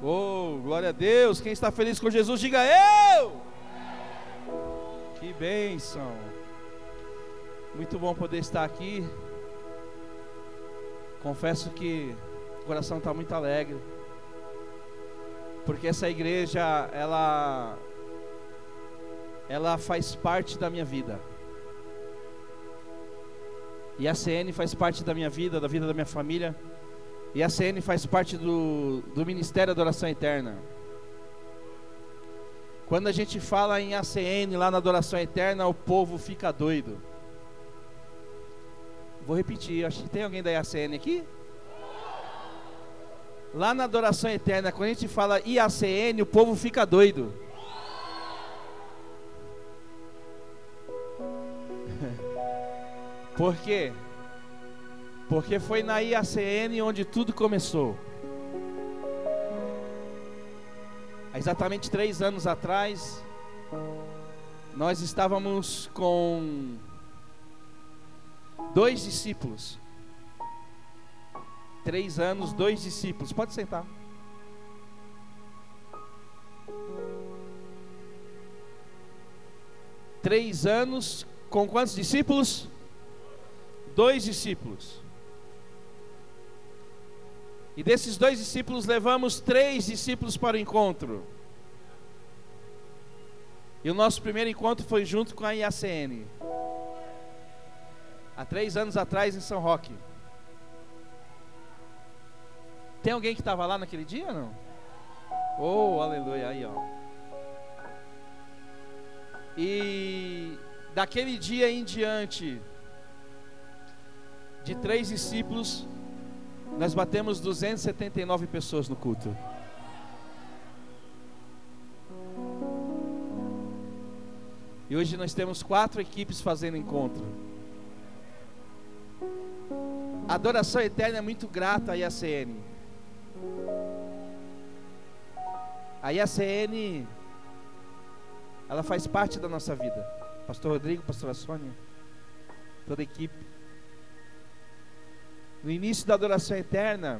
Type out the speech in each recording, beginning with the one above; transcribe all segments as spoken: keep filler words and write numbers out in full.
Oh, glória a Deus. Quem está feliz com Jesus, diga eu. Que bênção. Muito bom poder estar aqui. Confesso que o coração está muito alegre, porque essa igreja, ela, ela faz parte da minha vida. E a C N faz parte da minha vida, da vida da minha família. E a C N faz parte do, do Ministério Adoração Eterna. Quando a gente fala em A C N lá na Adoração Eterna, o povo fica doido. Vou repetir, acho que tem alguém da A C N aqui? Lá na Adoração Eterna, quando a gente fala I A C N, o povo fica doido. Por quê? Porque foi na I A C N onde tudo começou. Há exatamente três anos atrás, nós estávamos com dois discípulos. Três anos, dois discípulos. Pode sentar. Três anos, com quantos discípulos? Dois discípulos. E desses dois discípulos, levamos três discípulos para o encontro. E o nosso primeiro encontro foi junto com a I A C N. Há três anos atrás, em São Roque. Tem alguém que estava lá naquele dia, não? Oh, aleluia, aí ó. E daquele dia em diante, de três discípulos, nós batemos duzentas e setenta e nove pessoas no culto. E hoje nós temos quatro equipes fazendo encontro. A Adoração Eterna é muito grata à I A C N. A I A C N, ela faz parte da nossa vida. Pastor Rodrigo, pastora Sônia, toda a equipe. No início da Adoração Eterna,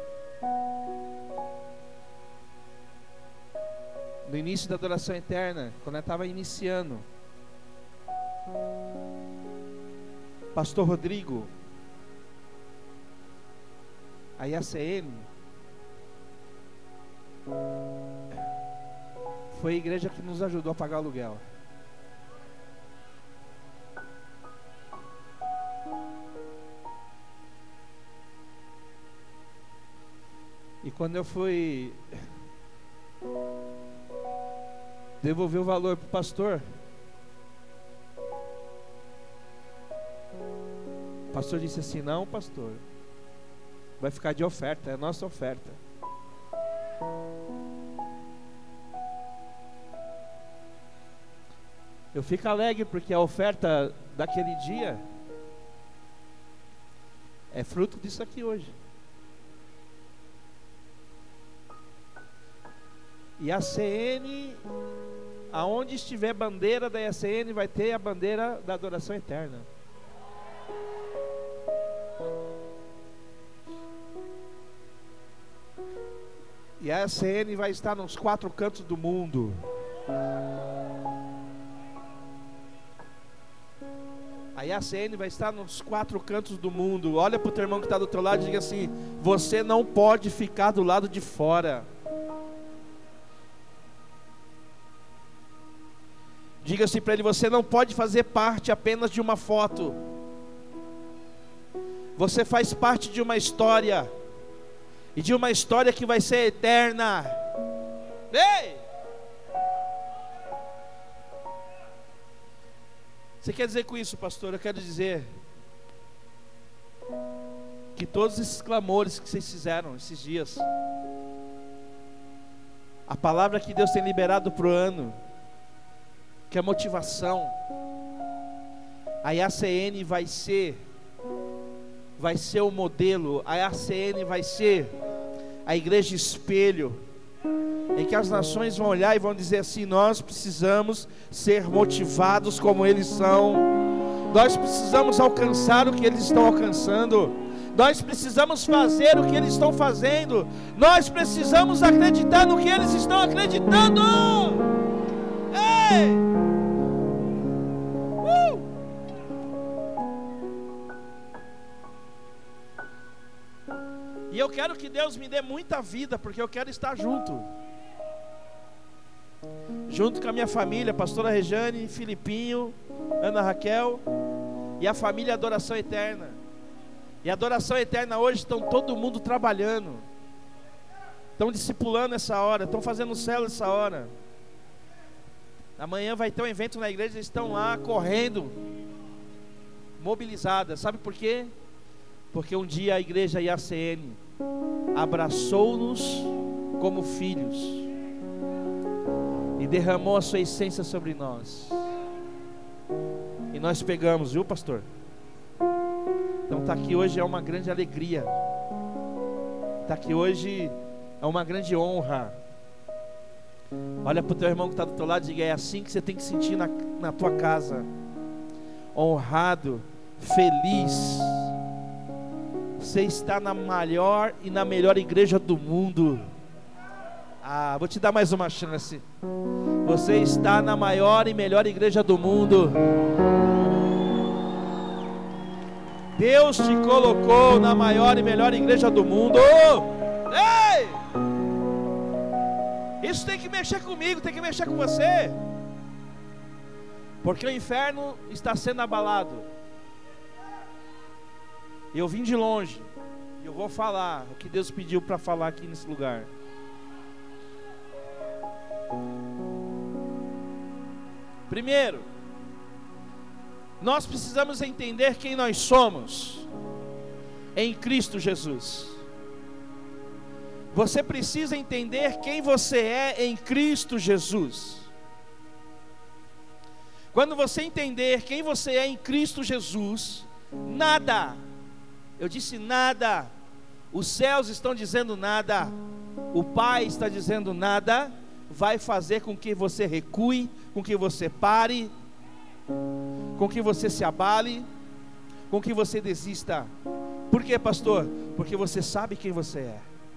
no início da Adoração Eterna, quando eu estava iniciando, Pastor Rodrigo, a I A C N, foi a igreja que nos ajudou a pagar o aluguel. E quando eu fui devolver o valor para o pastor, o pastor disse assim: não, pastor, vai ficar de oferta, é a nossa oferta. Eu fico alegre porque a oferta daquele dia é fruto disso aqui hoje. E a C N, aonde estiver bandeira da I A C N, vai ter a bandeira da Adoração Eterna. E a I A C N vai estar nos quatro cantos do mundo. A I A C N vai estar nos quatro cantos do mundo. Olha para o teu irmão que está do teu lado e diga assim: você não pode ficar do lado de fora. Diga assim para ele: você não pode fazer parte apenas de uma foto. Você faz parte de uma história. E de uma história que vai ser eterna. Ei! Você quer dizer com isso, pastor? Eu quero dizer que todos esses clamores que vocês fizeram esses dias, a palavra que Deus tem liberado para o ano, que é motivação, a I A C N vai ser, vai ser o modelo. A I A C N vai ser a igreja espelho, em que as nações vão olhar e vão dizer assim: nós precisamos ser motivados como eles são, nós precisamos alcançar o que eles estão alcançando, Nós precisamos fazer o que eles estão fazendo. Nós precisamos acreditar no que eles estão acreditando. Ei! Uh! E eu quero que Deus me dê muita vida, porque eu quero estar junto. Junto com a minha família, pastora Rejane, Filipinho, Ana Raquel e a família Adoração Eterna. E a Adoração Eterna hoje estão todo mundo trabalhando. Estão discipulando essa hora, estão fazendo célula essa hora. Amanhã vai ter um evento na igreja, eles estão lá correndo, mobilizadas. Sabe por quê? Porque um dia a igreja I A C N abraçou-nos como filhos e derramou a sua essência sobre nós. E nós pegamos, viu, pastor? Então estar aqui hoje é uma grande alegria. Estar aqui hoje é uma grande honra. Olha para o teu irmão que está do teu lado e diga: é assim que você tem que sentir na, na tua casa. Honrado, feliz. Você está na maior e na melhor igreja do mundo. Ah, vou te dar mais uma chance. Você está na maior e melhor igreja do mundo. Deus te colocou na maior e melhor igreja do mundo. Ei! Isso tem que mexer comigo, tem que mexer com você. Porque o inferno está sendo abalado. Eu vim de longe. E eu vou falar o que Deus pediu para falar aqui nesse lugar. Primeiro, nós precisamos entender quem nós somos em Cristo Jesus. Você precisa entender quem você é em Cristo Jesus. Quando você entender quem você é em Cristo Jesus, nada, eu disse nada, os céus estão dizendo nada, o Pai está dizendo nada, vai fazer com que você recue, com que você pare, com que você se abale, com que você desista. Por quê, pastor? Porque você sabe quem você é.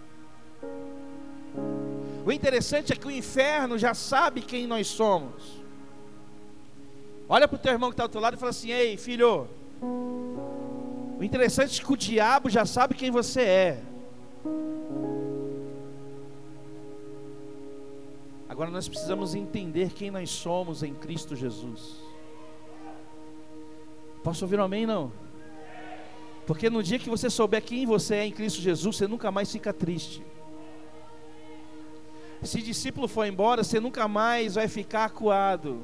O interessante é que o inferno já sabe quem nós somos. Olha para o teu irmão que está ao teu lado e fala assim: ei, filho, o interessante é que o diabo já sabe quem você é. Agora nós precisamos entender quem nós somos em Cristo Jesus. Posso ouvir um amém? Não? Porque no dia que você souber quem você é em Cristo Jesus, você nunca mais fica triste. Se discípulo for embora, você nunca mais vai ficar acuado.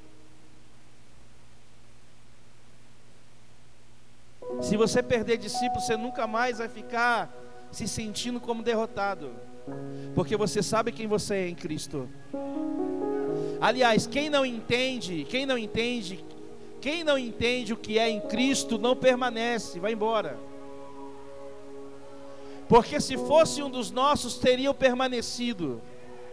Se você perder discípulo, você nunca mais vai ficar se sentindo como derrotado, porque você sabe quem você é em Cristo. Aliás, quem não entende, quem não entende, quem não entende o que é em Cristo, não permanece, vai embora. Porque se fosse um dos nossos, teriam permanecido.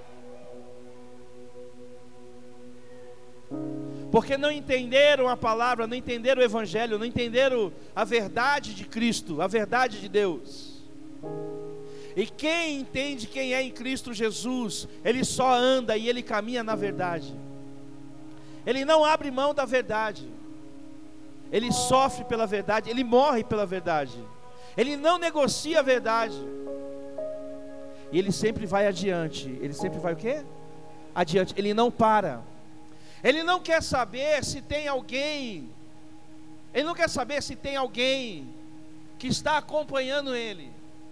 Porque não entenderam a palavra, não entenderam o evangelho, não entenderam a verdade de Cristo, a verdade de Deus. E quem entende quem é em Cristo Jesus, ele só anda e ele caminha na verdade. Ele não abre mão da verdade. Ele sofre pela verdade, ele morre pela verdade. Ele não negocia a verdade. E ele sempre vai adiante. Ele sempre vai o quê? Adiante. Ele não para. Ele não quer saber se tem alguém, ele não quer saber se tem alguém que está acompanhando ele.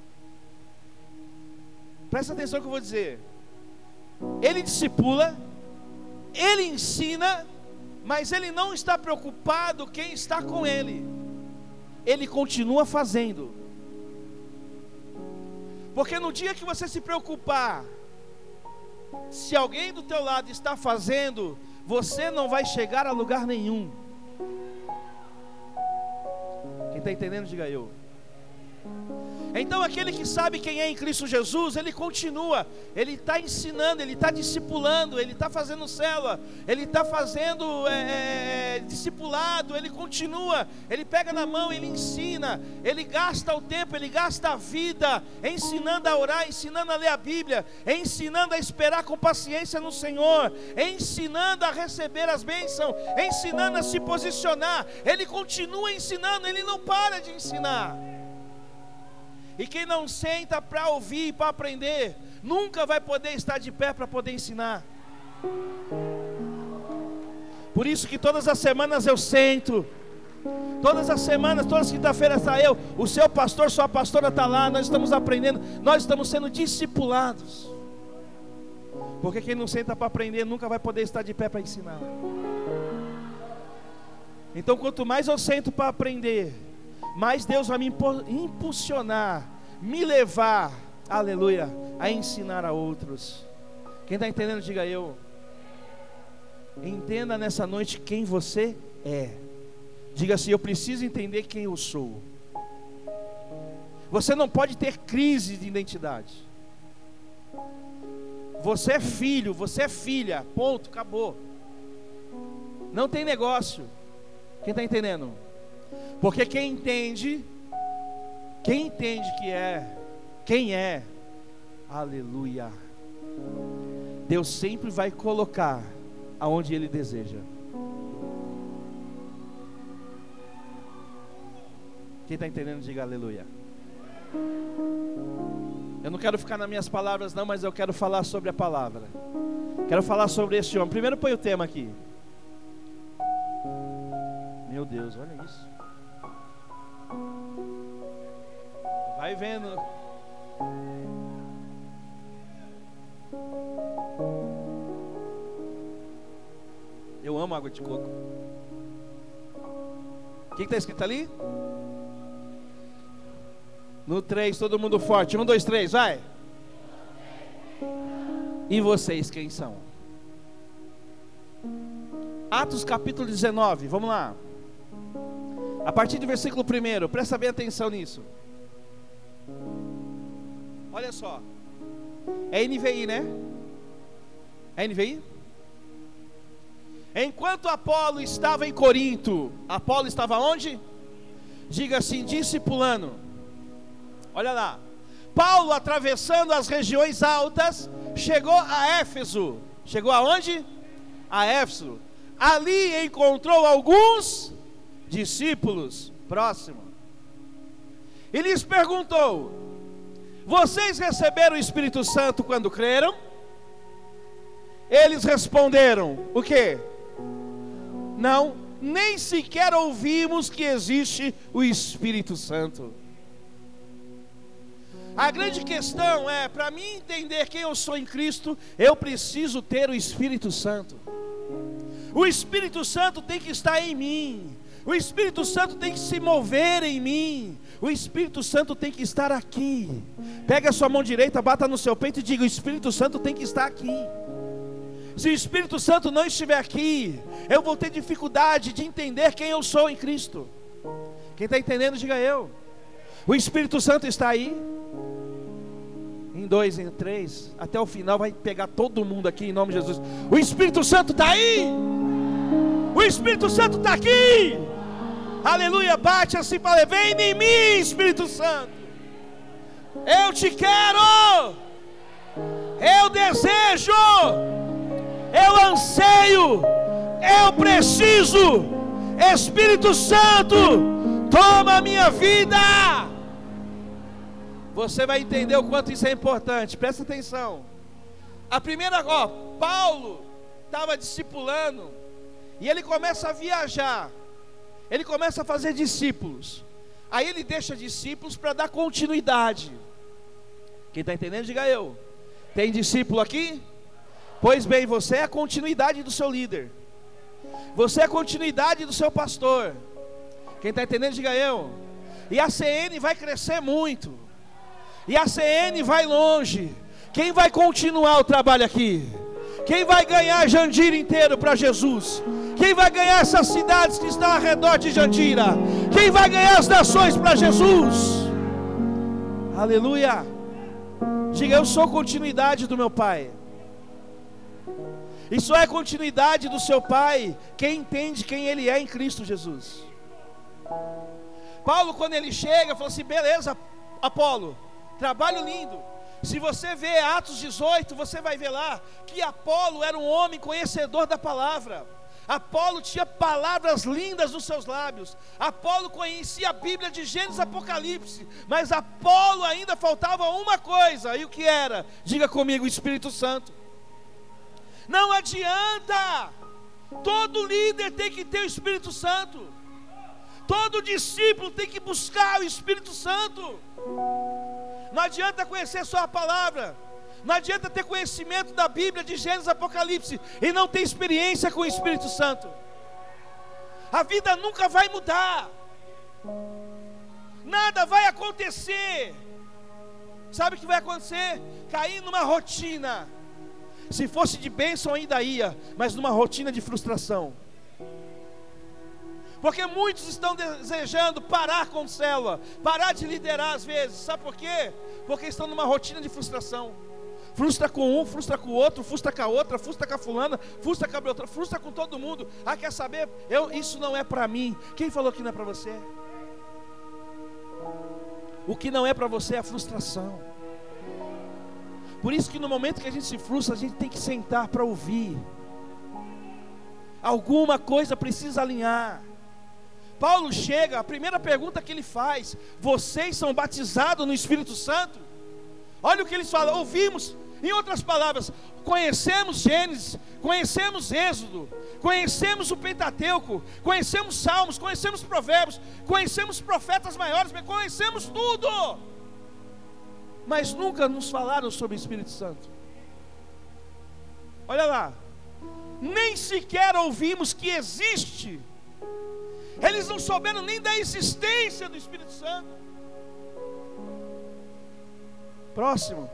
Presta atenção no que eu vou dizer. Ele discipula, ele ensina, mas ele não está preocupado quem está com ele. Ele continua fazendo. Porque no dia que você se preocupar se alguém do teu lado está fazendo, você não vai chegar a lugar nenhum. Quem está entendendo, diga eu. Então aquele que sabe quem é em Cristo Jesus, ele continua, ele está ensinando, ele está discipulando, ele está fazendo célula, ele está fazendo é, é, discipulado, ele continua, ele pega na mão, ele ensina, ele gasta o tempo, ele gasta a vida, ensinando a orar, ensinando a ler a Bíblia, ensinando a esperar com paciência no Senhor, ensinando a receber as bênçãos, ensinando a se posicionar, ele continua ensinando, ele não para de ensinar. E quem não senta para ouvir e para aprender, nunca vai poder estar de pé para poder ensinar. Por isso que todas as semanas eu sento, todas as semanas, todas as quinta-feiras está eu, o seu pastor, sua pastora está lá, nós estamos aprendendo, nós estamos sendo discipulados. Porque quem não senta para aprender, nunca vai poder estar de pé para ensinar. Então quanto mais eu sento para aprender, mais Deus vai me impulsionar, me levar, aleluia, a ensinar a outros. Quem está entendendo, diga eu. Entenda nessa noite quem você é. Diga assim: eu preciso entender quem eu sou. Você não pode ter crise de identidade. Você é filho, você é filha, ponto, acabou. Não tem negócio. Quem está entendendo? Porque quem entende, quem entende que é, quem é, aleluia, Deus sempre vai colocar aonde Ele deseja. Quem está entendendo, diga aleluia. Eu não quero ficar nas minhas palavras não, mas eu quero falar sobre a palavra. Quero falar sobre esse homem. Primeiro põe o tema aqui. Meu Deus, olha isso. Vai vendo. Eu amo água de coco. O que está escrito ali? No três, todo mundo forte. Um, dois, três, vai. E vocês quem são? Atos capítulo dezenove, vamos lá. A partir do versículo primeiro, presta bem atenção nisso. Olha só. É N V I, né? É N V I? Enquanto Apolo estava em Corinto, Apolo estava onde? Diga assim: discipulando. Olha lá. Paulo, atravessando as regiões altas, chegou a Éfeso. Chegou aonde? A Éfeso. Ali encontrou alguns discípulos. Próximo. E lhes perguntou: vocês receberam o Espírito Santo quando creram? Eles responderam: o quê? Não, nem sequer ouvimos que existe o Espírito Santo. A grande questão é, para mim entender quem eu sou em Cristo, eu preciso ter o Espírito Santo. O Espírito Santo tem que estar em mim. O Espírito Santo tem que se mover em mim. O Espírito Santo tem que estar aqui. Pega a sua mão direita, bata no seu peito e diga: o Espírito Santo tem que estar aqui. Se o Espírito Santo não estiver aqui, eu vou ter dificuldade de entender quem eu sou em Cristo. Quem está entendendo, diga eu. O Espírito Santo está aí. Em dois, em três, até o final vai pegar todo mundo aqui em nome de Jesus. O Espírito Santo está aí. O Espírito Santo está aqui. Aleluia, bate assim para ele: vem em mim, Espírito Santo. Eu te quero. Eu desejo. Eu anseio. Eu preciso. Espírito Santo, toma a minha vida. Você vai entender o quanto isso é importante. Presta atenção. A primeira, ó, Paulo estava discipulando, e ele começa a viajar. Ele começa a fazer discípulos. Aí ele deixa discípulos para dar continuidade. Quem está entendendo, diga eu. Tem discípulo aqui? Pois bem, você é a continuidade do seu líder. Você é a continuidade do seu pastor. Quem está entendendo, diga eu. E a C N vai crescer muito. E a C N vai longe. Quem vai continuar o trabalho aqui? Quem vai ganhar Jandira inteiro para Jesus? Quem vai ganhar essas cidades que estão ao redor de Jandira? Quem vai ganhar as nações para Jesus? Aleluia. Diga: eu sou continuidade do meu Pai. E só é continuidade do seu Pai quem entende quem Ele é em Cristo Jesus. Paulo, quando ele chega, falou assim: beleza, Apolo, trabalho lindo. Se você vê Atos dezoito, você vai ver lá que Apolo era um homem conhecedor da palavra. Apolo tinha palavras lindas nos seus lábios. Apolo conhecia a Bíblia de Gênesis e Apocalipse. Mas Apolo ainda faltava uma coisa. E o que era? Diga comigo: o Espírito Santo. Não adianta. Todo líder tem que ter o Espírito Santo. Todo discípulo tem que buscar o Espírito Santo. Não adianta conhecer só a palavra. Não adianta ter conhecimento da Bíblia de Gênesis e Apocalipse e não ter experiência com o Espírito Santo. A vida nunca vai mudar. Nada vai acontecer. Sabe o que vai acontecer? Cair numa rotina. Se fosse de bênção ainda ia, mas numa rotina de frustração. Porque muitos estão desejando parar com célula, parar de liderar às vezes. Sabe por quê? Porque estão numa rotina de frustração. Frustra com um, frustra com o outro, frustra com a outra, frustra com a fulana, frustra com a outra, frustra com todo mundo. Ah, quer saber? Eu, isso não é para mim. Quem falou que não é para você? O que não é para você é a frustração. Por isso que no momento que a gente se frustra, a gente tem que sentar para ouvir. Alguma coisa precisa alinhar. Paulo chega, a primeira pergunta que ele faz: vocês são batizados no Espírito Santo? Olha o que eles falam: ouvimos. Em outras palavras, conhecemos Gênesis, conhecemos Êxodo, conhecemos o Pentateuco, conhecemos Salmos, conhecemos Provérbios, conhecemos profetas maiores, conhecemos tudo, mas nunca nos falaram sobre o Espírito Santo. Olha lá, nem sequer ouvimos que existe. Eles não souberam nem da existência do Espírito Santo. Próximo.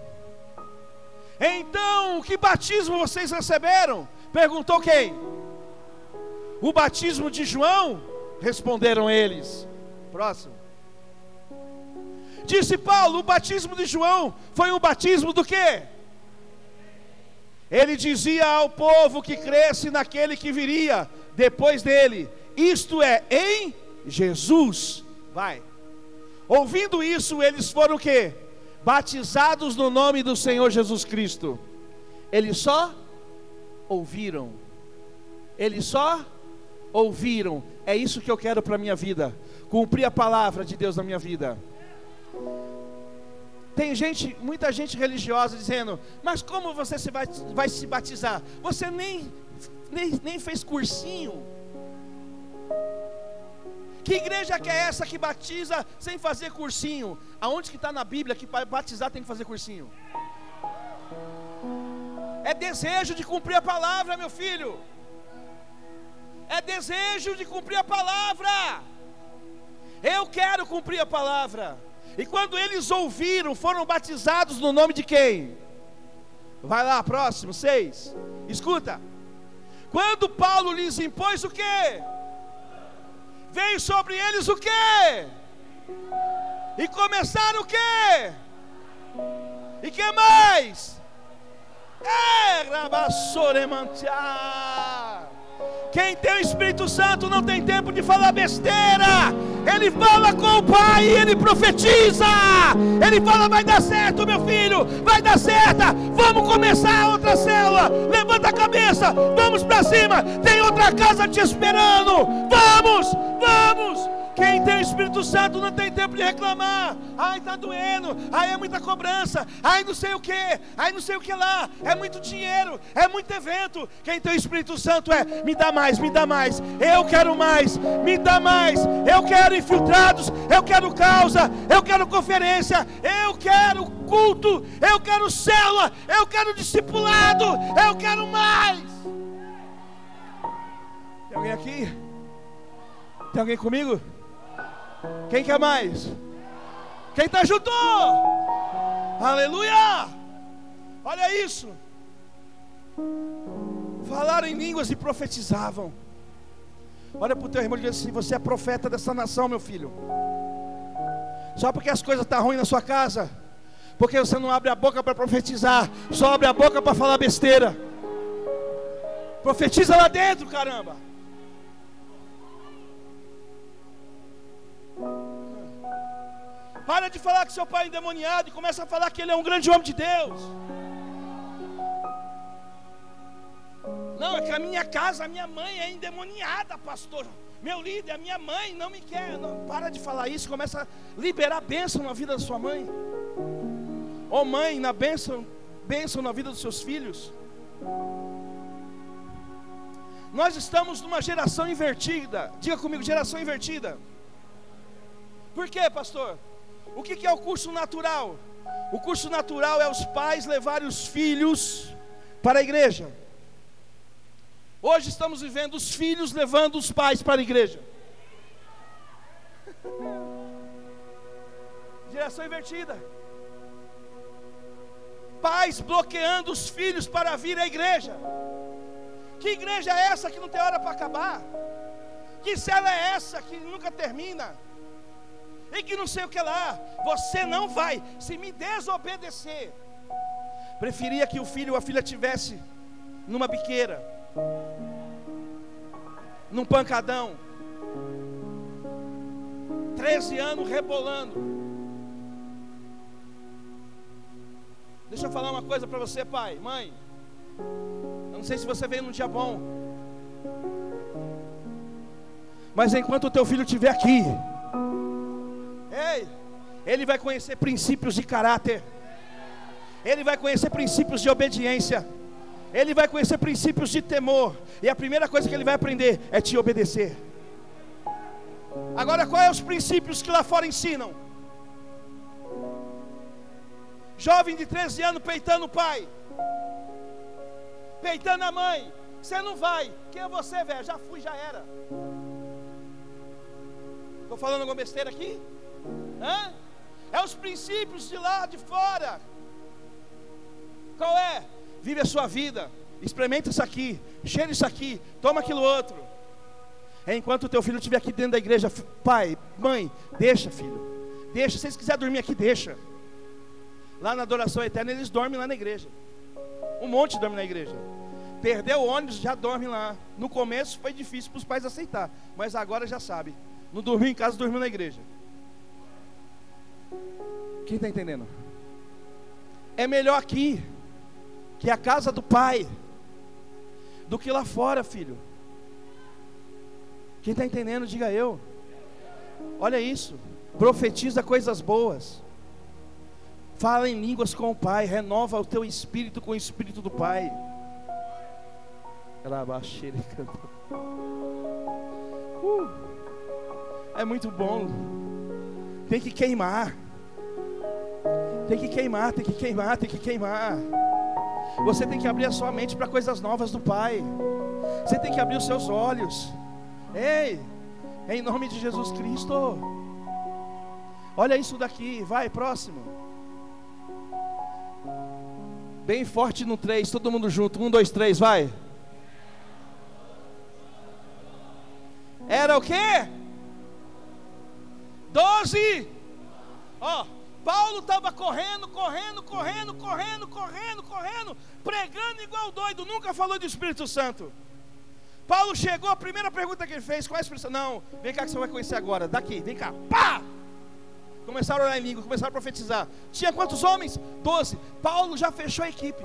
Então, que batismo vocês receberam? Perguntou quem? O batismo de João? Responderam eles. Próximo. Disse Paulo: o batismo de João foi um batismo do quê? Ele dizia ao povo que cresce naquele que viria depois dele, isto é, em Jesus. Vai. Ouvindo isso, eles foram o quê? Batizados no nome do Senhor Jesus Cristo. Eles só ouviram. Eles só ouviram. É isso que eu quero para a minha vida. Cumprir a palavra de Deus na minha vida. Tem gente, muita gente religiosa dizendo: mas como você se vai, vai se batizar? Você nem, nem, nem fez cursinho. Que igreja que é essa que batiza sem fazer cursinho? Aonde que está na Bíblia que para batizar tem que fazer cursinho? É desejo de cumprir a palavra, meu filho. É desejo de cumprir a palavra. Eu quero cumprir a palavra. E quando eles ouviram, foram batizados no nome de quem? Vai lá, próximo, seis. Escuta. Quando Paulo lhes impôs o quê? Veio sobre eles o quê? E começaram o quê? E que mais? É, rabassoremantiá. Quem tem o Espírito Santo não tem tempo de falar besteira. Ele fala com o Pai e ele profetiza. Ele fala: vai dar certo, meu filho, vai dar certo. Vamos começar outra célula. Levanta a cabeça, vamos para cima. Tem outra casa te esperando. Vamos, vamos. Quem tem o Espírito Santo não tem tempo de reclamar. Ai, está doendo. Ai, é muita cobrança. Ai, não sei o que. Ai, não sei o que lá. É muito dinheiro. É muito evento. Quem tem o Espírito Santo é: me dá mais, me dá mais. Eu quero mais. Me dá mais. Eu quero infiltrados. Eu quero causa. Eu quero conferência. Eu quero culto. Eu quero célula. Eu quero discipulado. Eu quero mais. Tem alguém aqui? Tem alguém comigo? Quem quer mais? Quem está junto? Aleluia! Olha isso. Falaram em línguas e profetizavam. Olha para o teu irmão e diz assim: você é profeta dessa nação, meu filho. Só porque as coisas estão ruins na sua casa, porque você não abre a boca para profetizar, só abre a boca para falar besteira. Profetiza lá dentro, caramba. Para de falar que seu pai é endemoniado e começa a falar que ele é um grande homem de Deus. Não, é que a minha casa, a minha mãe é endemoniada, pastor. Meu líder, a minha mãe não me quer. Não, para de falar isso, começa a liberar bênção na vida da sua mãe. Ô mãe, na bênção, bênção na vida dos seus filhos. Nós estamos numa geração invertida. Diga comigo, geração invertida. Por quê, pastor? O que é o curso natural? O curso natural é os pais levarem os filhos para a igreja. Hoje estamos vivendo os filhos levando os pais para a igreja. Geração invertida. Pais bloqueando os filhos para vir à igreja. Que igreja é essa que não tem hora para acabar? Que cela é essa que nunca termina? E que não sei o que lá. Você não vai. Se me desobedecer, preferia que o filho ou a filha tivesse numa biqueira, num pancadão, treze anos rebolando. Deixa eu falar uma coisa para você, pai, mãe. Eu não sei se você veio num dia bom, mas enquanto o teu filho estiver aqui, ei, ele vai conhecer princípios de caráter, ele vai conhecer princípios de obediência, ele vai conhecer princípios de temor. E a primeira coisa que ele vai aprender é te obedecer. Agora, quais são os princípios que lá fora ensinam? Jovem de treze anos peitando o pai, peitando a mãe. Você não vai. Quem é você, velho? Já fui, já era. Estou falando alguma besteira aqui? Hã? É os princípios de lá de fora. Qual é? Vive a sua vida, experimenta isso aqui, cheira isso aqui, toma aquilo outro. Enquanto o teu filho estiver aqui dentro da igreja, pai, mãe, deixa, filho, deixa. Se eles quiserem dormir aqui, deixa. Lá na adoração eterna eles dormem lá na igreja. Um monte dorme na igreja. Perdeu o ônibus, já dorme lá. No começo foi difícil para os pais aceitar, mas agora já sabe. Não dormiu em casa, dormiu na igreja. Quem está entendendo? É melhor aqui, que é a casa do pai, do que lá fora, filho. Quem está entendendo, diga eu. Olha isso, profetiza coisas boas, fala em línguas com o pai, renova o teu espírito com o espírito do pai. uh, É muito bom. Tem que queimar, tem que queimar, tem que queimar, tem que queimar. Você tem que abrir a sua mente para coisas novas do Pai. Você tem que abrir os seus olhos. Ei, em nome de Jesus Cristo. Olha isso daqui, vai, próximo. Bem forte no três, todo mundo junto. Um, dois, três, vai. Era o quê? Doze. Ó. Oh. Paulo estava correndo, correndo, correndo, correndo, correndo, correndo, pregando igual doido, nunca falou do Espírito Santo. Paulo chegou, a primeira pergunta que ele fez, qual é a expressão? Não, vem cá que você vai conhecer agora, daqui, vem cá, pá! Começaram a orar em língua, começaram a profetizar. Tinha quantos homens? Doze. Paulo já fechou a equipe.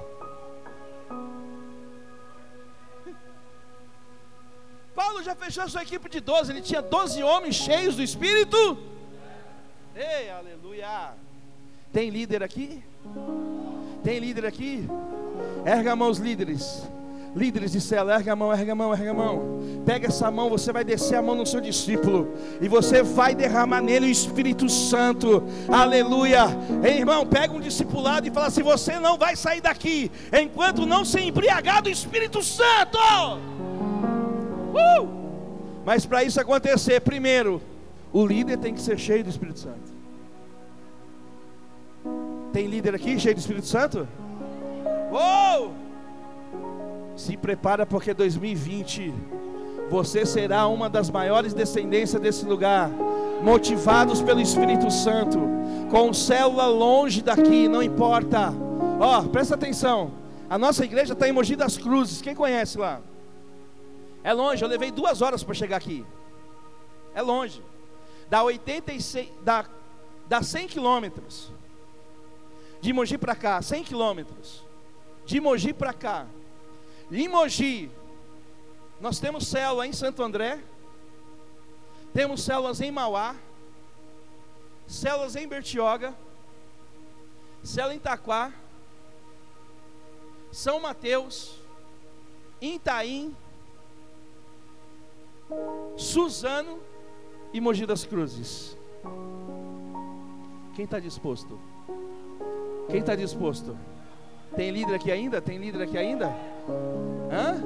Paulo já fechou a sua equipe de doze, ele tinha doze homens cheios do Espírito. Ei, aleluia. Tem líder aqui? Tem líder aqui? Erga a mão os líderes. Líderes de célula, erga a mão, erga a mão, erga a mão. Pega essa mão, você vai descer a mão no seu discípulo e você vai derramar nele o Espírito Santo. Aleluia. Ei, irmão, pega um discipulado e fala assim: você não vai sair daqui enquanto não se embriagar do Espírito Santo. uh! Mas para isso acontecer, primeiro, o líder tem que ser cheio do Espírito Santo. Tem líder aqui cheio do Espírito Santo? Uou! Se prepara, porque dois mil e vinte você será uma das maiores descendências desse lugar. motivados pelo Espírito Santo, com célula longe daqui, não importa. Ó, oh, presta atenção, a nossa igreja está em Mogi das Cruzes, quem conhece lá? É longe, eu levei duas horas para chegar aqui. É longe. Dá oitenta e seis, dá, dá cem quilômetros. De Mogi para cá, cem quilômetros. De Mogi para cá. Em Mogi, nós temos célula em Santo André, temos células em Mauá, células em Bertioga, célula em Itaquá, São Mateus, Itaim, Suzano e Mogi das Cruzes. Quem está disposto? Quem está disposto? Tem líder aqui ainda? Tem líder aqui ainda? Hã?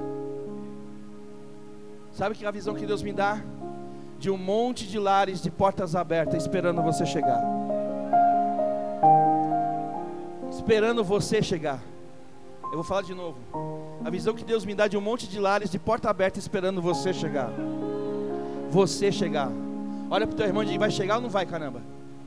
Sabe que a visão que Deus me dá? De um monte de lares de portas abertas esperando você chegar. Esperando você chegar. Eu vou falar de novo. A visão que Deus me dá de um monte de lares de porta aberta esperando você chegar. Você chegar. Olha para o teu irmão e diz: vai chegar ou não vai, caramba?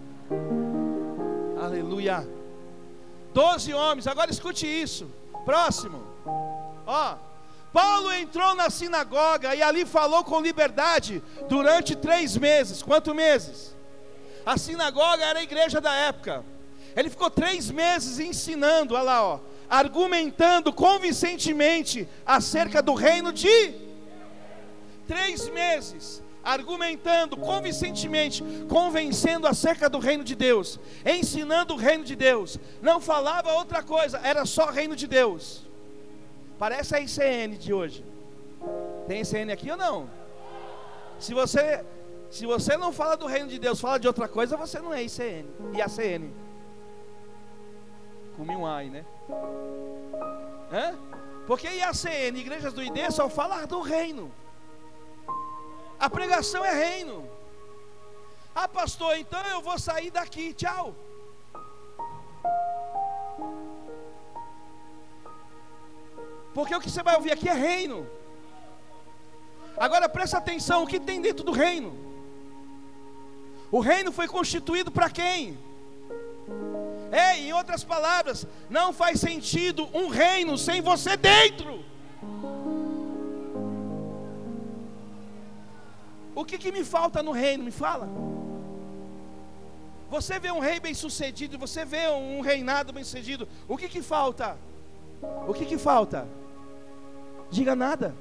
Aleluia. Doze homens, agora escute isso. Próximo. Ó, Paulo entrou na sinagoga e ali falou com liberdade durante três meses. Quantos meses? A sinagoga era a igreja da época. Ele ficou três meses ensinando, olha lá, ó, argumentando convincentemente acerca do reino de... Três meses argumentando convincentemente, convencendo acerca do reino de Deus, ensinando o reino de Deus. Não falava outra coisa, era só reino de Deus. Parece a I C N de hoje. Tem I C N aqui ou não? Se você, se você não fala do reino de Deus, fala de outra coisa, você não é I C N, I A C N. Comi um ai, né? Hã? Porque I A C N, igrejas do I D, só fala do reino. A pregação é reino. Ah, pastor, então eu vou sair daqui, tchau. Porque o que você vai ouvir aqui é reino. Agora presta atenção, o que tem dentro do reino? O reino foi constituído para quem? É, em outras palavras, não faz sentido um reino sem você dentro. O que, que me falta no reino? Me fala. Você vê um rei bem sucedido, você vê um reinado bem sucedido, o que que falta? O que que falta? Diga nada.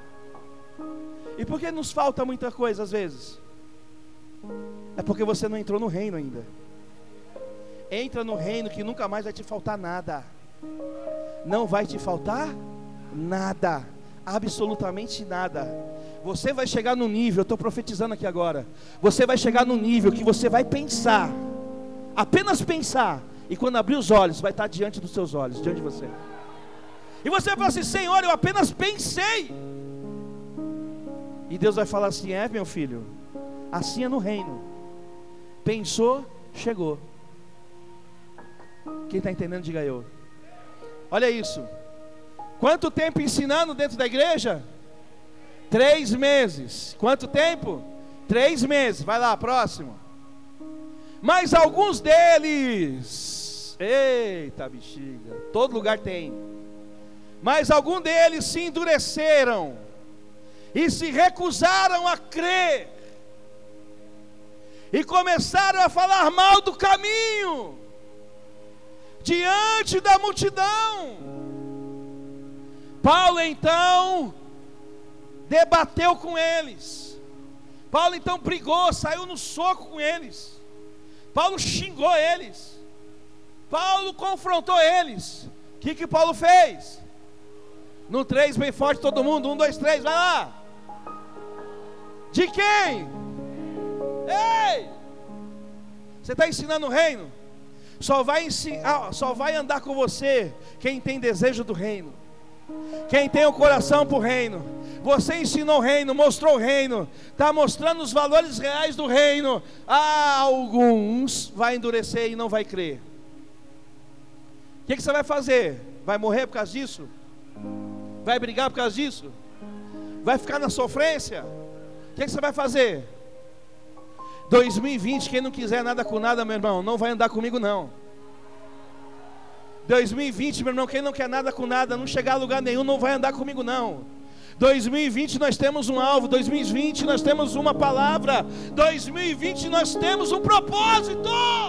E por que nos falta muita coisa às vezes? É porque você não entrou no reino ainda. Entra no reino que nunca mais vai te faltar nada. Não vai te faltar nada. Absolutamente nada. Você vai chegar no nível, eu estou profetizando aqui agora. Você vai chegar no nível que você vai pensar, apenas pensar, e quando abrir os olhos, vai estar diante dos seus olhos, diante de você. E você vai falar assim: Senhor, eu apenas pensei. E Deus vai falar assim: é, meu filho, assim é no reino. Pensou, chegou. Quem está entendendo, diga eu. Olha isso. Quanto tempo ensinando dentro da igreja? Três meses. Quanto tempo? Três meses. Vai lá, próximo. Mas alguns deles, eita bexiga, todo lugar tem. Mas alguns deles se endureceram e se recusaram a crer, e começaram a falar mal do caminho diante da multidão. Paulo então debateu com eles. Paulo então brigou, saiu no soco com eles. Paulo xingou eles. Paulo confrontou eles. O que que Paulo fez? No três, bem forte todo mundo, um, dois, três, vai lá. De quem? Ei! Você está ensinando o reino? Só vai, ensinar, só vai andar com você quem tem desejo do reino, quem tem o coração para o reino. Você ensinou o reino, mostrou o reino, está mostrando os valores reais do reino. Ah, alguns vai endurecer e não vai crer. O que, que você vai fazer? Vai morrer por causa disso? Vai brigar por causa disso? Vai ficar na sofrência? O que, que você vai fazer? dois mil e vinte, quem não quiser nada com nada, meu irmão, não vai andar comigo não. dois mil e vinte, meu irmão, quem não quer nada com nada, não chegar a lugar nenhum, não vai andar comigo não. dois mil e vinte nós temos um alvo, dois mil e vinte nós temos uma palavra, dois mil e vinte nós temos um propósito.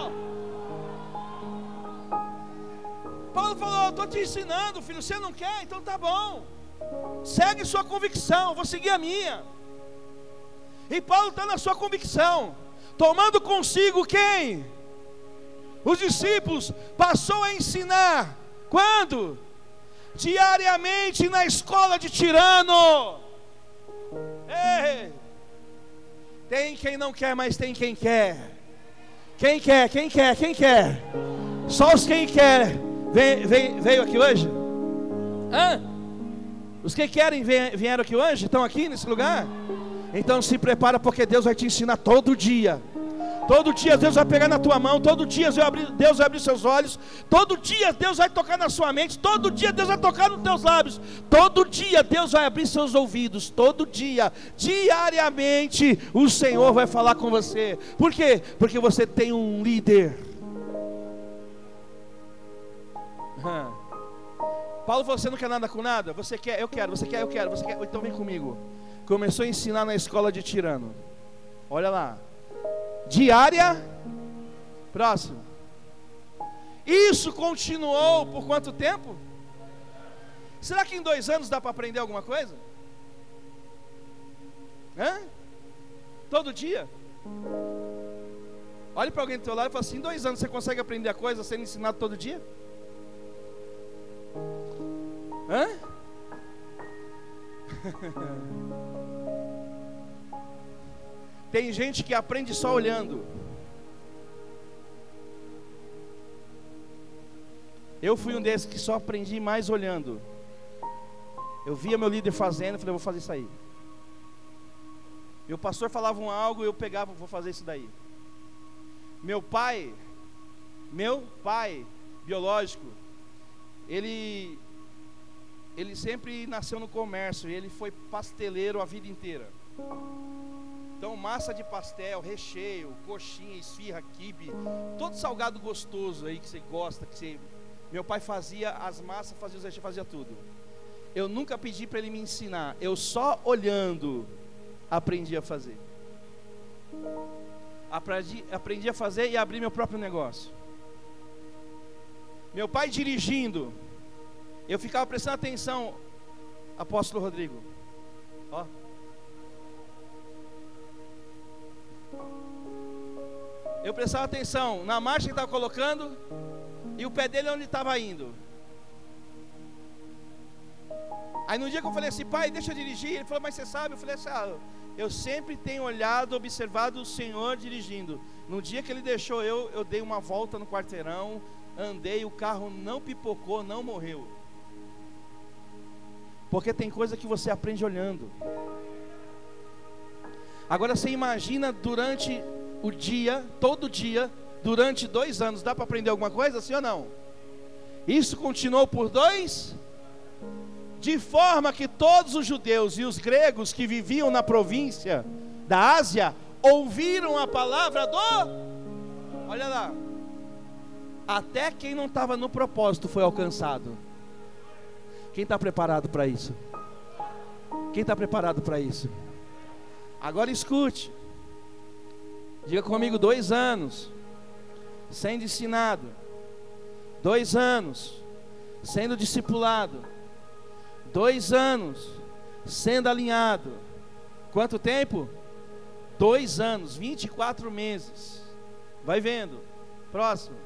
Paulo falou, eu estou te ensinando, filho, você não quer? Então tá bom, segue sua convicção, eu vou seguir a minha. E Paulo está na sua convicção, tomando consigo quem? Os discípulos, passou a ensinar, quando? Diariamente na escola de Tirano. Ei, tem quem não quer, mas tem quem quer. Quem quer, quem quer, quem quer? Só os quem quer vem, vem, veio aqui hoje? Hã? Os que querem vieram aqui hoje? Estão aqui nesse lugar? Então se prepara, porque Deus vai te ensinar todo dia. Todo dia Deus vai pegar na tua mão, todo dia Deus vai abrir seus olhos, todo dia Deus vai tocar na sua mente, todo dia Deus vai tocar nos teus lábios, todo dia Deus vai abrir seus ouvidos, todo dia, diariamente, o Senhor vai falar com você. Por quê? Porque você tem um líder. Hum. Paulo falou, você não quer nada com nada? Você quer, eu quero, você quer, eu quero, você quer, então vem comigo. Começou a ensinar na escola de Tirano. Olha lá. Diária. Próximo. Isso continuou por quanto tempo? Será que em dois anos dá para aprender alguma coisa? Hã? Todo dia? Olhe para alguém do teu lado e fala assim, em dois anos você consegue aprender a coisa sendo ensinado todo dia? Hã? Tem gente que aprende só olhando. Eu fui um desses que só aprendi mais olhando. Eu via meu líder fazendo, eu falei, eu vou fazer isso aí. Meu pastor falava um algo, eu pegava, vou fazer isso daí. Meu pai, meu pai biológico, ele, ele sempre nasceu no comércio, e ele foi pasteleiro a vida inteira. Então massa de pastel, recheio, coxinha, esfirra, quibe, todo salgado gostoso aí que você gosta, que você... Meu pai fazia as massas, fazia os recheios, fazia tudo. Eu nunca pedi para ele me ensinar, eu só olhando aprendi a fazer. Aprendi, aprendi a fazer e abrir meu próprio negócio. Meu pai dirigindo, eu ficava prestando atenção, apóstolo Rodrigo, ó. Eu prestava atenção na marcha que estava colocando e o pé dele onde estava indo. Aí no dia que eu falei assim, pai, deixa eu dirigir, ele falou, mas você sabe? Eu falei assim, ah, eu sempre tenho olhado, observado o Senhor dirigindo. No dia que ele deixou eu, eu dei uma volta no quarteirão, andei, o carro não pipocou, não morreu. Porque tem coisa que você aprende olhando. Agora você imagina durante o dia, todo dia, durante dois anos, dá para aprender alguma coisa, sim ou não? Isso continuou por dois, de forma que todos os judeus e os gregos que viviam na província da Ásia, ouviram a palavra do, olha lá, até quem não estava no propósito foi alcançado. Quem está preparado para isso? Quem está preparado para isso? Agora escute. Diga comigo, dois anos sendo ensinado, dois anos sendo discipulado, dois anos sendo alinhado. Quanto tempo? Dois anos, vinte e quatro meses. Vai vendo. Próximo.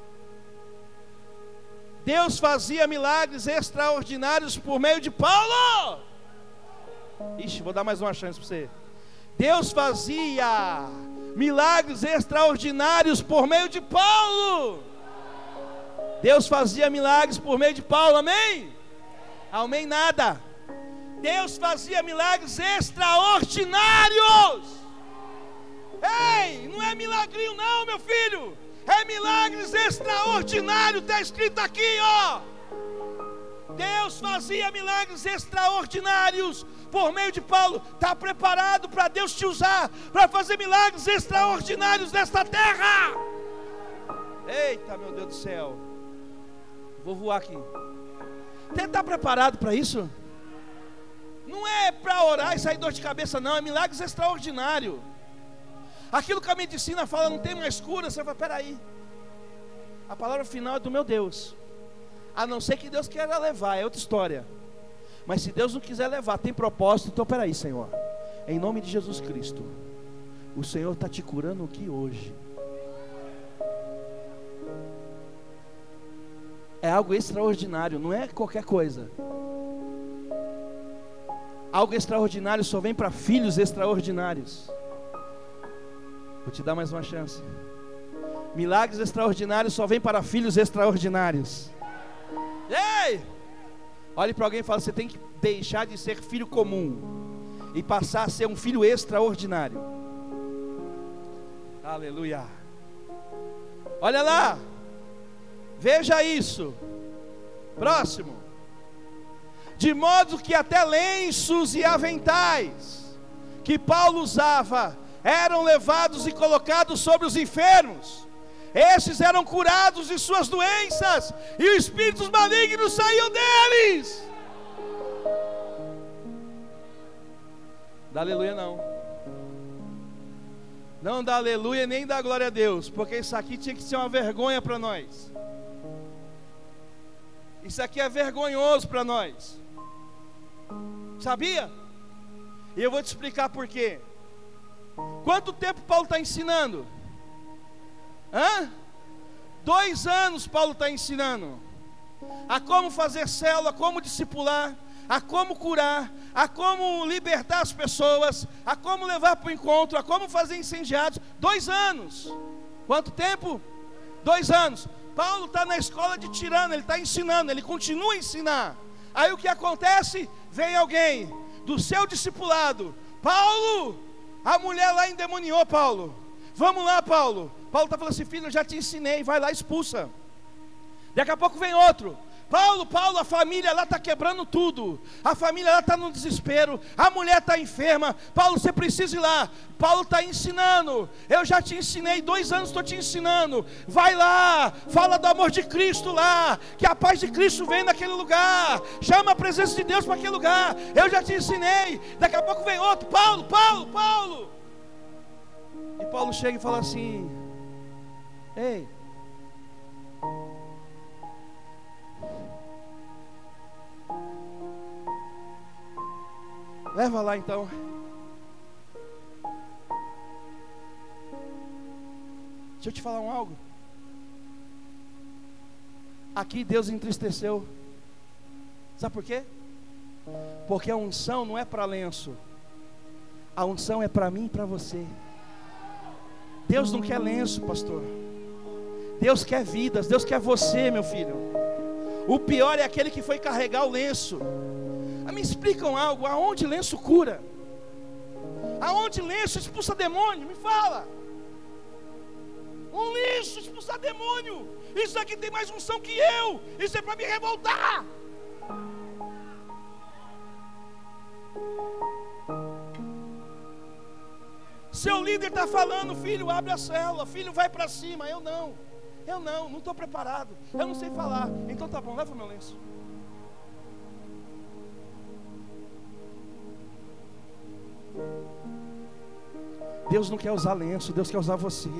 Deus fazia milagres extraordinários por meio de Paulo. Ixi, vou dar mais uma chance para você. Deus fazia milagres extraordinários por meio de Paulo. Deus fazia milagres por meio de Paulo, amém? Amém nada. Deus fazia milagres extraordinários. Ei, não é milagrinho não, meu filho. É milagres extraordinários, está escrito aqui, ó. Deus fazia milagres extraordinários por meio de Paulo, está preparado para Deus te usar, para fazer milagres extraordinários nesta terra. Eita, meu Deus do céu, vou voar aqui. Você está preparado para isso? Não é para orar e sair dor de cabeça, não, é milagres extraordinários. Aquilo que a medicina fala, não tem mais cura, você fala, peraí, a palavra final é do meu Deus. A não ser que Deus queira levar, é outra história. Mas se Deus não quiser levar, tem propósito, então peraí, Senhor, em nome de Jesus Cristo, o Senhor está te curando aqui hoje. É algo extraordinário, não é qualquer coisa. Algo extraordinário só vem para filhos extraordinários. Vou te dar mais uma chance. Milagres extraordinários só vem para filhos extraordinários. Ei! Olhe para alguém e fala, você tem que deixar de ser filho comum e passar a ser um filho extraordinário. Aleluia. Olha lá. Veja isso. Próximo. De modo que até lenços e aventais que Paulo usava eram levados e colocados sobre os enfermos. Estes eram curados de suas doenças, e os espíritos malignos saíam deles. Dá aleluia não. Não dá aleluia nem dá glória a Deus, porque isso aqui tinha que ser uma vergonha para nós. Isso aqui é vergonhoso para nós. Sabia? E eu vou te explicar por quê. Quanto tempo Paulo está ensinando? Hã? Dois anos Paulo está ensinando a como fazer célula, a como discipular, a como curar, a como libertar as pessoas, a como levar para o encontro, a como fazer incendiados. Dois anos. Quanto tempo? Dois anos. Paulo está na escola de Tirano, ele está ensinando, ele continua a ensinar. Aí o que acontece? Vem alguém do seu discipulado. Paulo, a mulher lá endemoniou Paulo. Vamos lá, Paulo. Paulo está falando assim, filho, eu já te ensinei, vai lá, expulsa. Daqui a pouco vem outro. Paulo, Paulo, a família lá está quebrando tudo. A família lá está no desespero. A mulher está enferma. Paulo, você precisa ir lá. Paulo está ensinando. Eu já te ensinei, dois anos estou te ensinando. Vai lá, fala do amor de Cristo lá. Que a paz de Cristo vem naquele lugar. Chama a presença de Deus para aquele lugar. Eu já te ensinei. Daqui a pouco vem outro. Paulo, Paulo, Paulo. E Paulo chega e fala assim, ei, leva lá então. Deixa eu te falar um algo. Aqui Deus entristeceu. Sabe por quê? Porque a unção não é para lenço. A unção é para mim e para você. Deus não quer lenço, pastor. Deus quer vidas. Deus quer você, meu filho. O pior é aquele que foi carregar o lenço. Me explicam algo, aonde lenço cura? Aonde lenço expulsa demônio? Me fala. Um lenço expulsar demônio. Isso aqui tem mais unção que eu. Isso é para me revoltar. Seu líder está falando, filho, abre a célula, filho, vai para cima. Eu não, eu não, não estou preparado. Eu não sei falar. Então tá bom, leva o meu lenço. Deus não quer usar lenço, Deus quer usar você.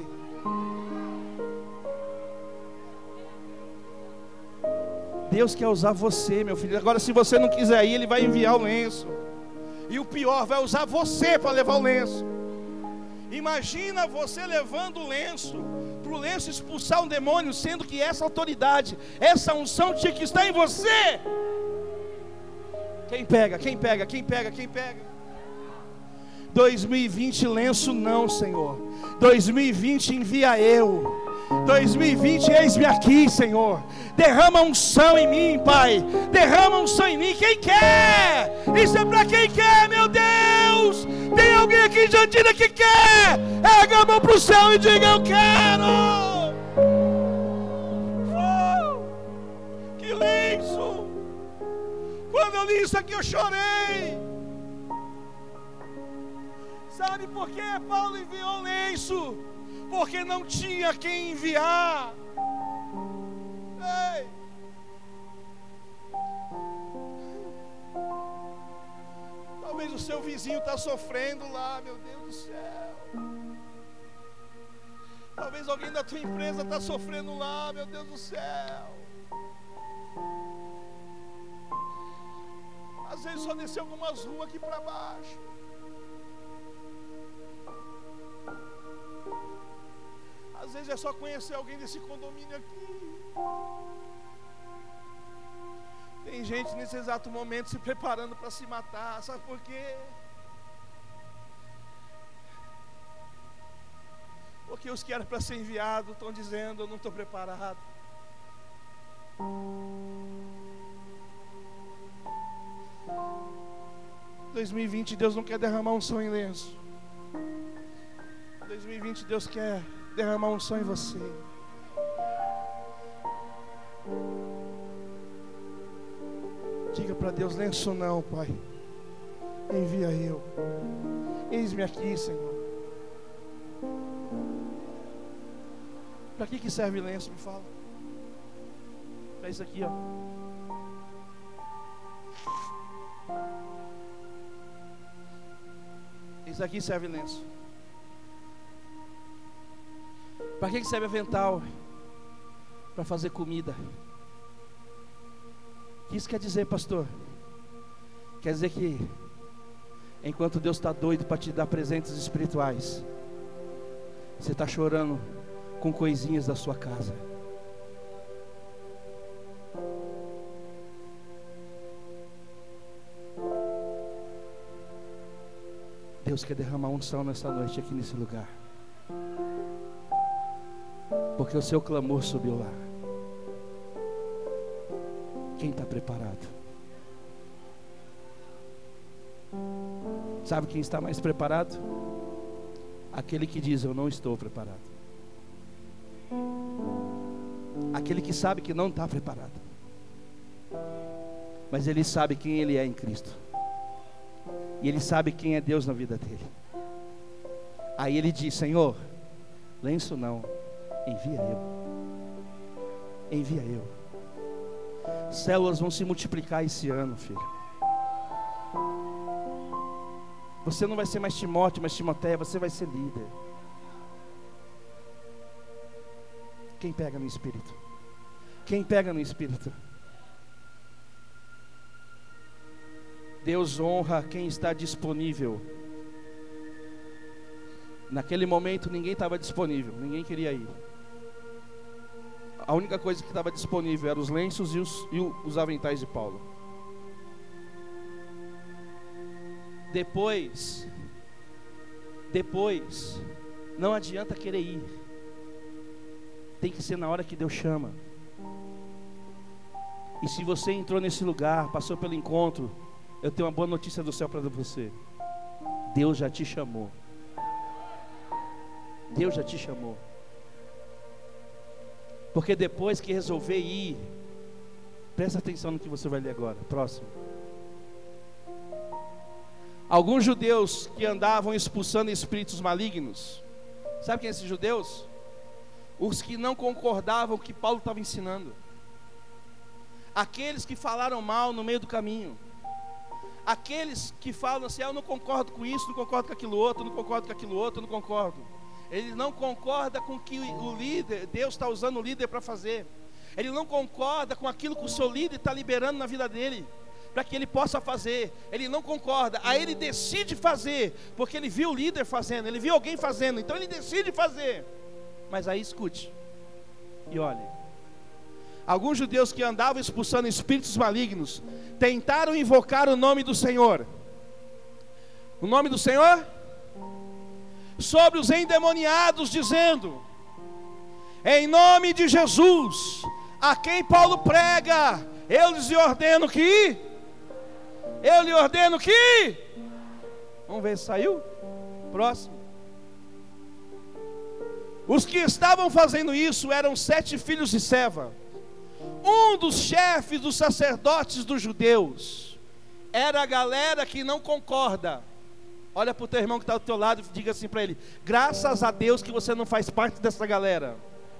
Deus quer usar você, meu filho. Agora, se você não quiser ir, Ele vai enviar o lenço. E o pior, vai usar você para levar o lenço. Imagina você levando o lenço, para o lenço expulsar um demônio, sendo que essa autoridade, essa unção tinha que estar em você. Quem pega, quem pega, quem pega, quem pega? dois mil e vinte lenço não, Senhor. dois mil e vinte envia eu. dois mil e vinte eis-me aqui, Senhor. Derrama unção em mim, Pai. Derrama unção em mim. Quem quer? Isso é para quem quer, meu Deus. Tem alguém aqui em Jandira que quer? Erga a mão para o céu e diga: eu quero. Oh, que lenço. Quando eu li isso aqui eu chorei. Sabe por que Paulo enviou lenço? Porque não tinha quem enviar. Ei. Talvez o seu vizinho está sofrendo lá, meu Deus do céu. Talvez alguém da tua empresa está sofrendo lá, meu Deus do céu. Às vezes só descer algumas ruas aqui para baixo. Às vezes é só conhecer alguém desse condomínio aqui. Tem gente nesse exato momento se preparando para se matar. Sabe por quê? Porque os que eram para ser enviados estão dizendo: eu não estou preparado. dois mil e vinte Deus não quer derramar unção em lenço. dois mil e vinte Deus quer derramar unção em você. Diga para Deus: lenço não, Pai, envia eu. Eis-me aqui, Senhor. Para que que serve lenço? Me fala. Para isso aqui, ó. Isso aqui serve lenço. Para que que serve avental? Para fazer comida. O que isso quer dizer, pastor? Quer dizer que enquanto Deus está doido para te dar presentes espirituais, você está chorando com coisinhas da sua casa. Deus quer derramar unção nessa noite aqui nesse lugar, porque o seu clamor subiu lá. Quem está preparado? Sabe quem está mais preparado? Aquele que diz: eu não estou preparado. Aquele que sabe que não está preparado, mas ele sabe quem ele é em Cristo, e ele sabe quem é Deus na vida dele. Aí ele diz: Senhor, lenço não, envia eu. Envia eu. Células vão se multiplicar esse ano, filho. Você não vai ser mais Timóteo, mas Timoteia, você vai ser líder. Quem pega no Espírito? Quem pega no Espírito? Deus honra quem está disponível. Naquele momento ninguém estava disponível, ninguém queria ir. A única coisa que estava disponível eram os lenços e os, e os aventais de Paulo. Depois, depois, não adianta querer ir. Tem que ser na hora que Deus chama. E se você entrou nesse lugar, passou pelo encontro, eu tenho uma boa notícia do céu para você. Deus já te chamou. Deus já te chamou. Porque depois que resolver ir, presta atenção no que você vai ler agora. Próximo. Alguns judeus que andavam expulsando espíritos malignos. Sabe quem são esses judeus? Os que não concordavam com o que Paulo estava ensinando. Aqueles que falaram mal no meio do caminho. Aqueles que falam assim: ah, eu não concordo com isso, não concordo com aquilo outro, não concordo com aquilo outro, não concordo. Ele não concorda com o que o líder, Deus está usando o líder para fazer. Ele não concorda com aquilo que o seu líder está liberando na vida dele, para que ele possa fazer. Ele não concorda, aí ele decide fazer, porque ele viu o líder fazendo, ele viu alguém fazendo, então ele decide fazer. Mas aí escute, e olhe. Alguns judeus que andavam expulsando espíritos malignos, tentaram invocar o nome do Senhor. O nome do Senhor? Sobre os endemoniados, dizendo: em nome de Jesus, a quem Paulo prega, eu lhes ordeno que, eu lhe ordeno que, vamos ver se saiu, próximo. Os que estavam fazendo isso eram sete filhos de Seva, um dos chefes dos sacerdotes dos judeus. Era a galera que não concorda. Olha para o teu irmão que está do teu lado e diga assim para ele: graças a Deus que você não faz parte dessa galera.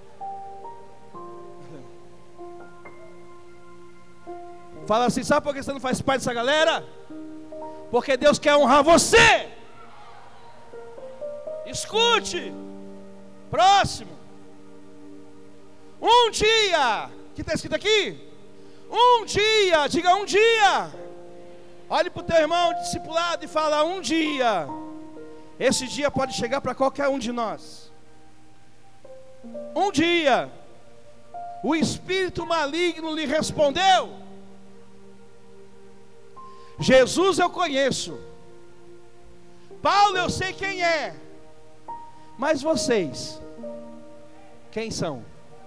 Fala assim: sabe por que você não faz parte dessa galera? Porque Deus quer honrar você. Escute. Próximo. Um dia. O que está escrito aqui? Um dia. Diga um dia. Olhe para o teu irmão discipulado e fala: um dia. Esse dia pode chegar para qualquer um de nós. Um dia. O espírito maligno lhe respondeu: Jesus eu conheço, Paulo eu sei quem é, mas vocês, quem são?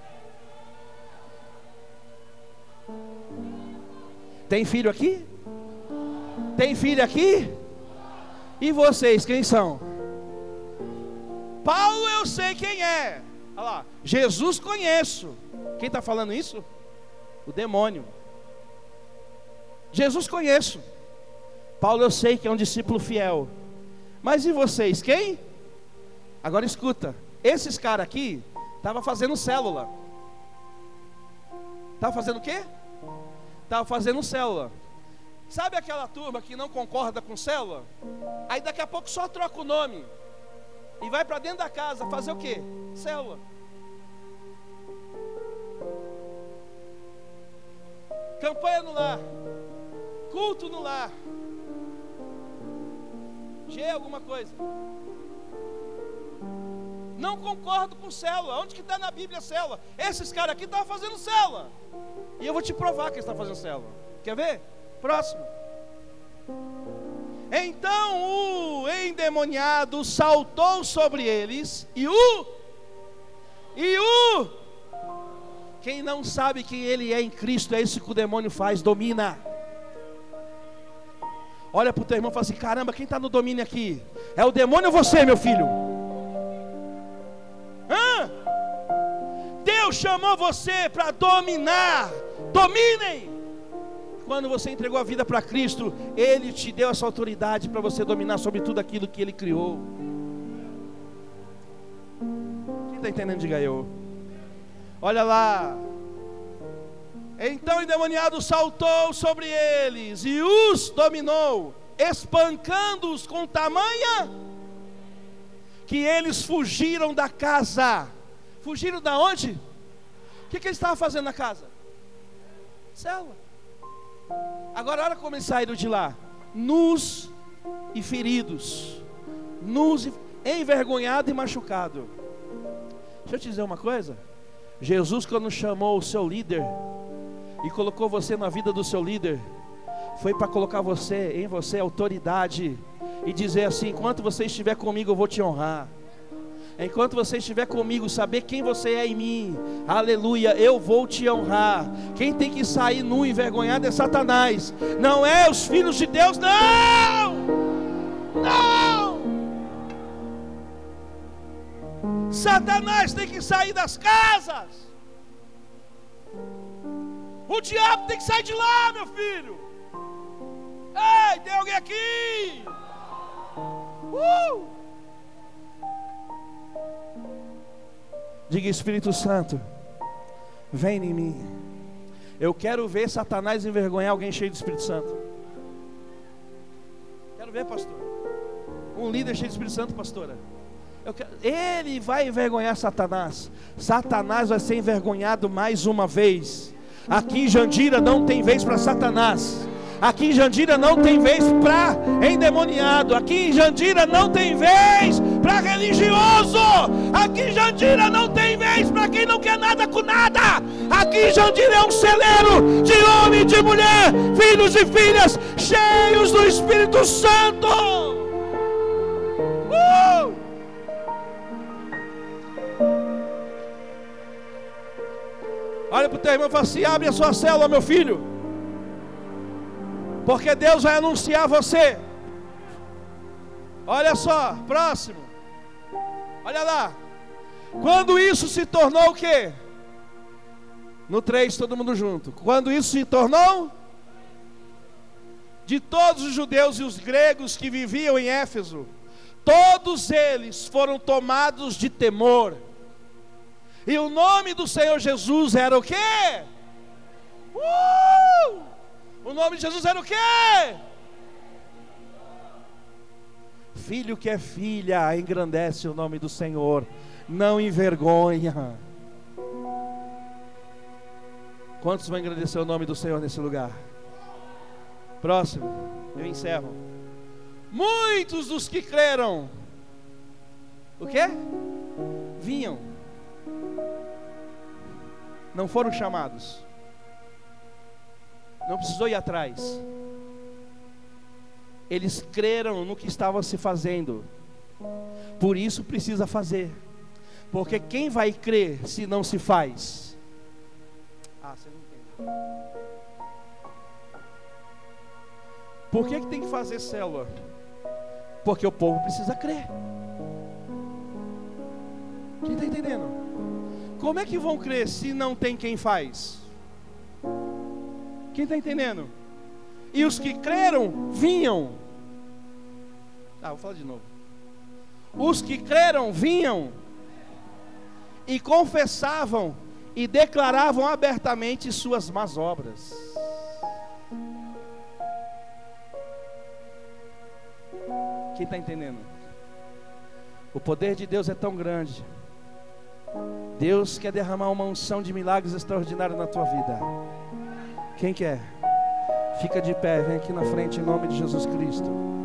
Tem filho aqui? Tem filho aqui? E vocês, quem são? Paulo eu sei quem é. Olha lá, Jesus conheço. Quem está falando isso? O demônio. Jesus conheço. Paulo eu sei que é um discípulo fiel. Mas e vocês, quem? Agora escuta. Esses caras aqui estavam fazendo célula. Estavam fazendo o quê? Estavam fazendo célula. Sabe aquela turma que não concorda com célula? Aí daqui a pouco só troca o nome e vai para dentro da casa fazer o quê? Célula. Campanha no lar. Culto no lar. G alguma coisa. Não concordo com célula. Onde que está na Bíblia célula? Esses caras aqui estavam fazendo célula. E eu vou te provar que eles estão fazendo célula. Quer ver? Próximo. Então o endemoniado saltou sobre eles. E o E o Quem não sabe quem ele é em Cristo, é isso que o demônio faz, domina. Olha para o teu irmão e fala assim: caramba, quem está no domínio aqui? É o demônio ou você, meu filho? Hã? Deus chamou você para dominar. Dominem. Quando você entregou a vida para Cristo, Ele te deu essa autoridade para você dominar sobre tudo aquilo que Ele criou. Quem está entendendo, diga eu. Olha lá. Então o endemoniado saltou sobre eles e os dominou, espancando-os com tamanha que eles fugiram da casa. Fugiram da onde? O que, que eles estavam fazendo na casa? Célula. Agora olha como eles saíram de lá: nus e feridos, nus e envergonhado e machucado. Deixa eu te dizer uma coisa. Jesus, quando chamou o seu líder e colocou você na vida do seu líder, foi para colocar você, em você, autoridade, e dizer assim: enquanto você estiver comigo eu vou te honrar. Enquanto você estiver comigo, saber quem você é em mim, aleluia, eu vou te honrar. Quem tem que sair nu e envergonhado é Satanás, não é os filhos de Deus, não, não. Satanás tem que sair das casas. O diabo tem que sair de lá, meu filho. Ei, tem alguém aqui? Uh! Diga: Espírito Santo, vem em mim. Eu quero ver Satanás envergonhar alguém cheio do Espírito Santo. Quero ver, pastor. Um líder cheio do Espírito Santo, pastora. Eu quero... Ele vai envergonhar Satanás. Satanás vai ser envergonhado mais uma vez. Aqui em Jandira não tem vez para Satanás. Aqui em Jandira não tem vez para endemoniado. Aqui em Jandira não tem vez para religioso. Aqui em Jandira não tem vez para quem não quer nada com nada. Aqui em Jandira é um celeiro de homem e de mulher, filhos e filhas cheios do Espírito Santo. uh! Olha para o teu irmão e fala assim: abre a sua célula, meu filho, porque Deus vai anunciar você. Olha só, próximo. Olha lá. Quando isso se tornou o quê? No três, todo mundo junto. Quando isso se tornou? de todos os judeus e os gregos que viviam em Éfeso, todos eles foram tomados de temor. E o nome do Senhor Jesus era o quê? Uh! O nome de Jesus era o quê? Filho que é filha, engrandece o nome do Senhor, não envergonha. Quantos vão engrandecer o nome do Senhor nesse lugar? Próximo, eu encerro. Muitos dos que creram, o quê? Vinham, não foram chamados, não precisou ir atrás. Eles creram no que estava se fazendo. Por isso precisa fazer. Porque quem vai crer se não se faz? Ah, você não entende. Por que que tem que fazer célula? Porque o povo precisa crer. Quem está entendendo? Como é que vão crer se não tem quem faz? Quem está entendendo? E os que creram vinham. Ah, vou falar de novo. Os que creram vinham e confessavam e declaravam abertamente suas más obras. Quem está entendendo? O poder de Deus é tão grande. Deus quer derramar uma unção de milagres extraordinários na tua vida. Quem quer? Fica de pé, vem aqui na frente em nome de Jesus Cristo.